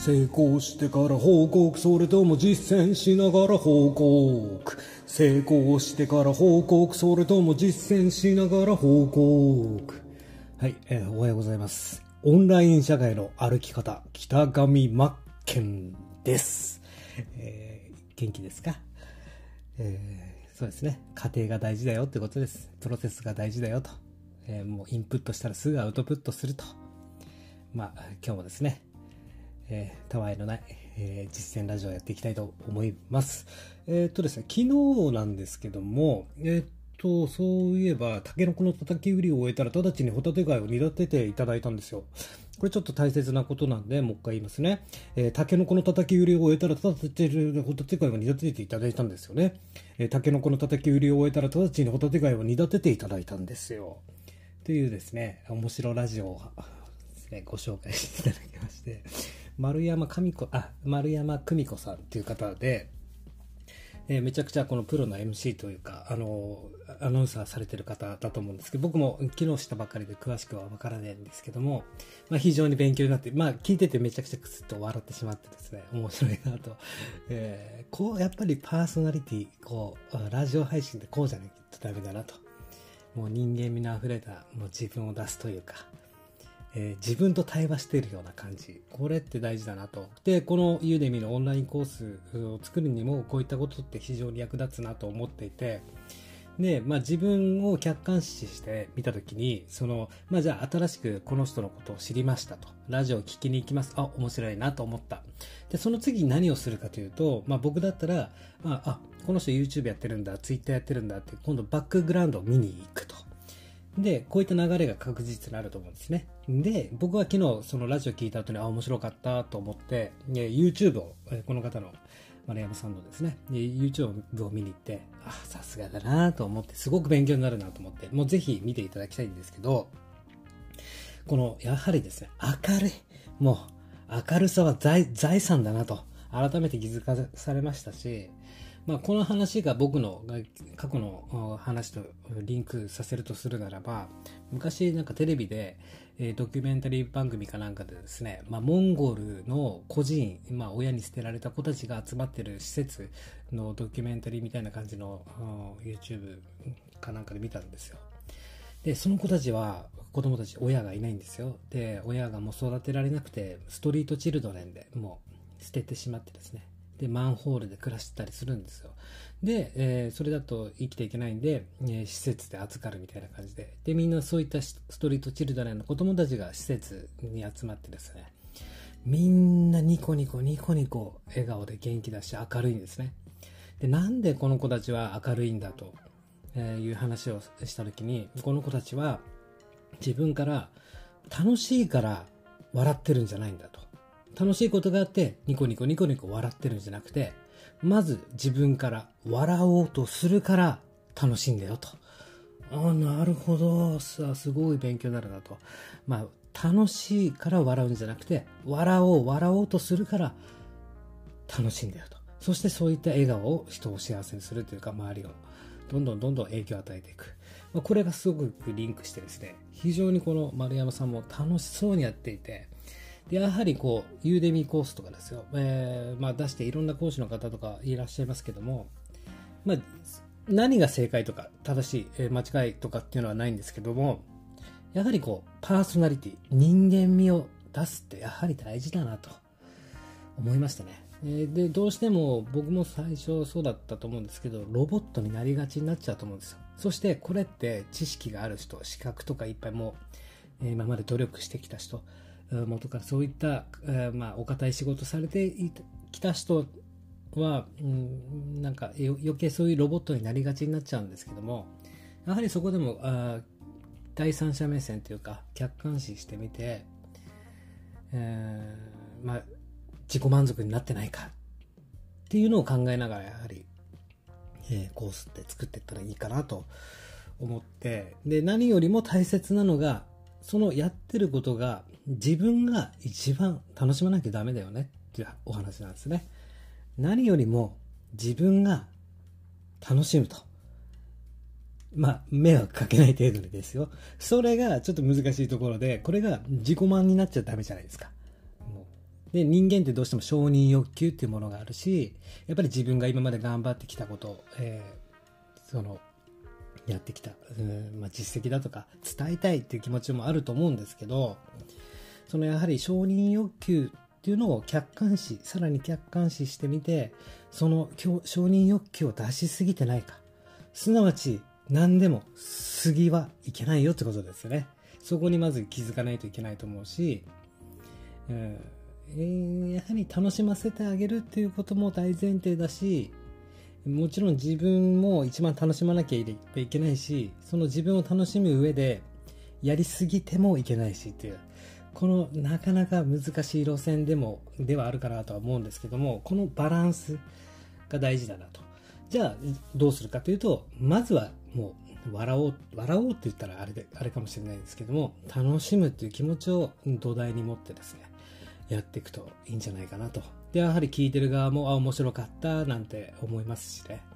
成功してから報告、それとも実践しながら報告。成功してから報告、それとも実践しながら報告。はい、おはようございます。オンライン社会の歩き方、北上真剣です。元気ですか？そうですね。家庭が大事だよってことです。プロセスが大事だよと。もうインプットしたらすぐアウトプットすると。今日もですね、たわいのない、実践ラジオをやっていきたいと思います。ですね、昨日なんですけども、そういえば、タケノコの叩き売りを終えたら、直ちにホタテ貝を煮立てていただいたんですよ。これちょっと大切なことなんで、もう一回言いますね。タケノコの叩き売りを終えたら、ホタテ貝を煮立てていただいたんですよね。タケノコの叩き売りを終えたら、直ちにホタテ貝を煮立てていただいたんですよ。というですね、面白ラジオをですね、ご紹介していただきまして、丸山久美子さんっていう方で、めちゃくちゃこのプロの MC というか、アナウンサーされてる方だと思うんですけど、僕も昨日したばっかりで詳しくはわからないんですけども、非常に勉強になって、聞いててめちゃくちゃクスッと笑ってしまってですね、面白いなと。やっぱりパーソナリティ、ラジオ配信でこうじゃないとダメだなと。もう人間味の溢れた、もう自分を出すというか、自分と対話しているような感じ。これって大事だなと。で、このユーデミのオンラインコースを作るにも、こういったことって非常に役立つなと思っていて、で、自分を客観視してみたときに、じゃあ新しくこの人のことを知りましたと。ラジオを聞きに行きます。面白いなと思った。で、その次に何をするかというと、僕だったら、この人 YouTube やってるんだ、Twitter やってるんだって、今度バックグラウンドを見に行くと。で、こういった流れが確実になると思うんですね。で、僕は昨日そのラジオ聞いた後に面白かったと思って、YouTube を、この方の丸山さんのですね、YouTube を見に行って、さすがだなと思って、すごく勉強になるなと思って、もうぜひ見ていただきたいんですけど、やはりですね、明るい。もう、明るさは財産だなと、改めて気づかされましたし、この話が僕の過去の話とリンクさせるとするならば、昔なんかテレビで、ドキュメンタリー番組かなんかでですね、モンゴルの孤児院、親に捨てられた子たちが集まってる施設のドキュメンタリーみたいな感じの YouTube かなんかで見たんですよ。で、その子供たち、親がいないんですよ。で、親がもう育てられなくて、ストリートチルドレンでもう捨ててしまってですね。で、マンホールで暮らしてたりするんですよ。で、それだと生きていけないんで、施設で預かるみたいな感じで。で、みんなそういったストリートチルドレンの子供たちが施設に集まってですね、みんなニコニコ笑顔で元気だし明るいんですね。で、なんでこの子たちは明るいんだという話をしたときに、この子たちは自分から楽しいから笑ってるんじゃないんだと。楽しいことがあってニコニコ笑ってるんじゃなくて、まず自分から笑おうとするから楽しいんだよと。なるほど。すごい勉強になるなと。楽しいから笑うんじゃなくて、笑おうとするから楽しいんだよと。そしてそういった笑顔を人を幸せにするというか、周りをどんどん影響を与えていく。これがすごくリンクしてですね、非常にこの丸山さんも楽しそうにやっていて、でやはりユーデミーコースとかですよ、出していろんな講師の方とかいらっしゃいますけども、何が正解とか正しい、間違いとかっていうのはないんですけども、やはりパーソナリティ、人間味を出すってやはり大事だなと思いましたね。で、どうしても僕も最初そうだったと思うんですけど、ロボットになりがちになっちゃうと思うんですよ。そしてこれって知識がある人、資格とかいっぱいもう、今まで努力してきた人、元からそういった、お堅い仕事されてきた人は、なんか余計そういうロボットになりがちになっちゃうんですけども、やはりそこでも第三者目線というか客観視してみて、自己満足になってないかっていうのを考えながらやはり、コースって作っていったらいいかなと思って、で何よりも大切なのが、そのやってることが自分が一番楽しまなきゃダメだよねっていうお話なんですね。何よりも自分が楽しむと。迷惑かけない程度にですよ。それがちょっと難しいところで、これが自己満になっちゃダメじゃないですか。もで、人間ってどうしても承認欲求っていうものがあるし、やっぱり自分が今まで頑張ってきたこと、やってきた、実績だとか伝えたいっていう気持ちもあると思うんですけど、やはり承認欲求っていうのをさらに客観視してみて、承認欲求を出しすぎてないか。すなわち、何でも過ぎはいけないよってことですよね。そこにまず気づかないといけないと思うし、やはり楽しませてあげるっていうことも大前提だし、もちろん自分も一番楽しまなきゃいけないし、その自分を楽しむ上でやりすぎてもいけないしっていう、このなかなか難しい路線ではあるかなとは思うんですけども、このバランスが大事だなと。じゃあどうするかというと、まずはもう笑おうって言ったらあれかもしれないですけども、楽しむっていう気持ちを土台に持ってですね、やっていくといいんじゃないかなと。で、やはり聞いてる側も面白かったなんて思いますしね。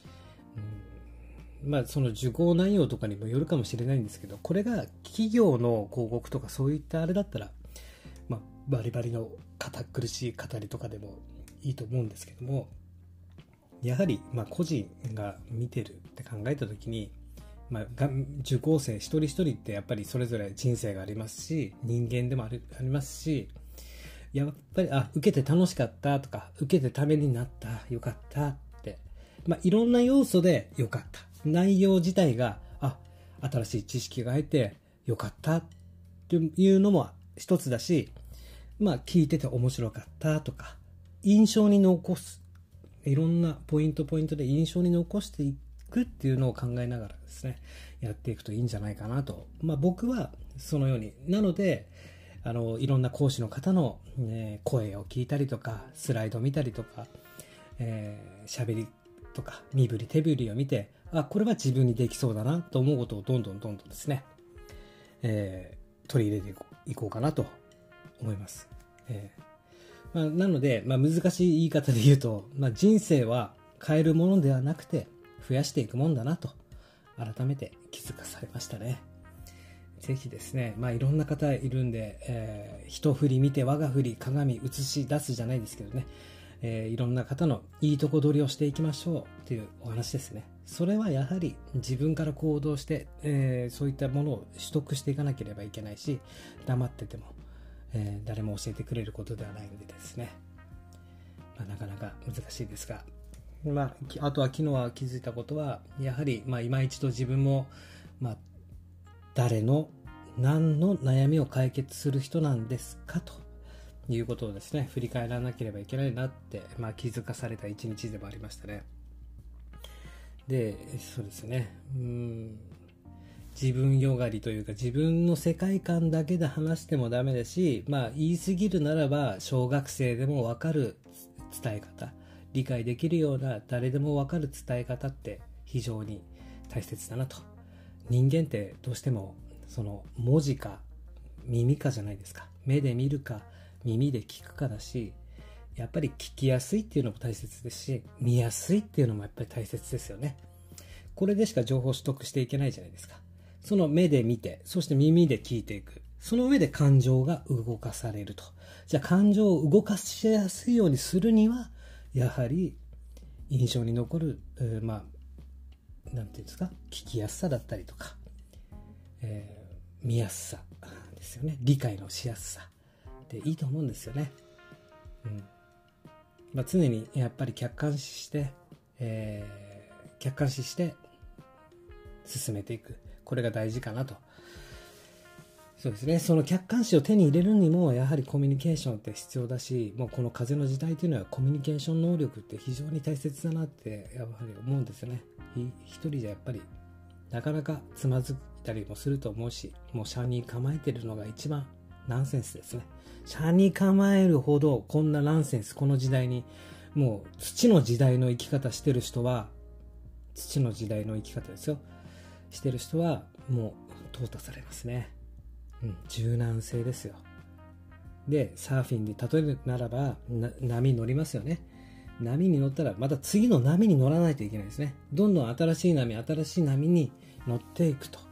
その受講内容とかにもよるかもしれないんですけど、これが企業の広告とかそういったあれだったら、バリバリの堅苦しい語りとかでもいいと思うんですけども、やはり個人が見てるって考えた時に、受講生一人一人ってやっぱりそれぞれ人生がありますし、人間でもありますし、やっぱり受けて楽しかったとか、受けてためになった、よかったって、いろんな要素でよかった、内容自体が新しい知識が入ってよかったっていうのも一つだし、聞いてて面白かったとか、印象に残す、いろんなポイントで印象に残していくっていうのを考えながらですね、やっていくといいんじゃないかなと。僕はそのように、なのでいろんな講師の方の、声を聞いたりとか、スライド見たりとか、喋りとか身振り手振りを見て、これは自分にできそうだなと思うことをどんどんですね、取り入れていこうかなと思います。なので、難しい言い方で言うと、人生は変えるものではなくて増やしていくもんだなと改めて気づかされましたね。ぜひですね、いろんな方いるんで、一振り見て我が振り鏡映し出すじゃないですけどね、いろんな方のいいとこ取りをしていきましょうっていうお話ですね。それはやはり自分から行動して、そういったものを取得していかなければいけないし、黙ってても、誰も教えてくれることではないんでですね、なかなか難しいですが、あとは昨日は気づいたことは、やはり今一度自分も、何の悩みを解決する人なんですかということをですね、振り返らなければいけないなって、気づかされた一日でもありましたね。で、そうですね、自分よがりというか、自分の世界観だけで話してもダメだし、言い過ぎるならば小学生でも分かる伝え方、理解できるような誰でも分かる伝え方って非常に大切だなと。人間ってどうしてもその文字か耳かじゃないですか。目で見るか耳で聞くかだし、やっぱり聞きやすいっていうのも大切ですし、見やすいっていうのもやっぱり大切ですよね。これでしか情報を取得していけないじゃないですか。その目で見て、そして耳で聞いていく。その上で感情が動かされると。じゃあ感情を動かしやすいようにするには、やはり印象に残る、なんていうんですか、聞きやすさだったりとか、見やすさですよね。理解のしやすさでいいと思うんですよね。常にやっぱり客観視して進めていく。これが大事かなと。そうですね。その客観視を手に入れるにもやはりコミュニケーションって必要だし、もうこの風の時代というのはコミュニケーション能力って非常に大切だなってやっぱり思うんですよね。一人じゃやっぱりなかなかつまずいたりもすると思うし、もう車に構えてるのが一番ナンセンスですね。車に構えるほどこんなナンセンス、この時代にもう土の時代の生き方してる人は、土の時代の生き方ですよ、してる人はもう淘汰されますね。柔軟性ですよ。で、サーフィンで例えるならば波に乗りますよね。波に乗ったらまた次の波に乗らないといけないですね。どんどん新しい波に乗っていくと、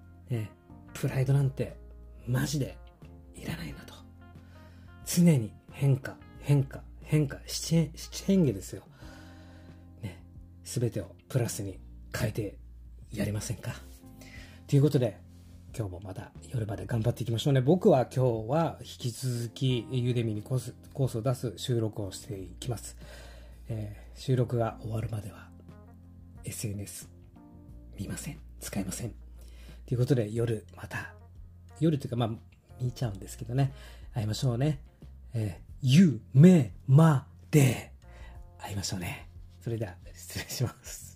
プライドなんてマジでいらないなと。常に変化、七変化ですよ。ね。すべてをプラスに変えてやりませんか。ということで、今日もまた夜まで頑張っていきましょうね。僕は今日は引き続きユデミにコースを出す収録をしていきます。収録が終わるまでは SNS 見ません。使いません。ということで夜というか見ちゃうんですけどね。会いましょうね。夢まで会いましょうね。それでは失礼します。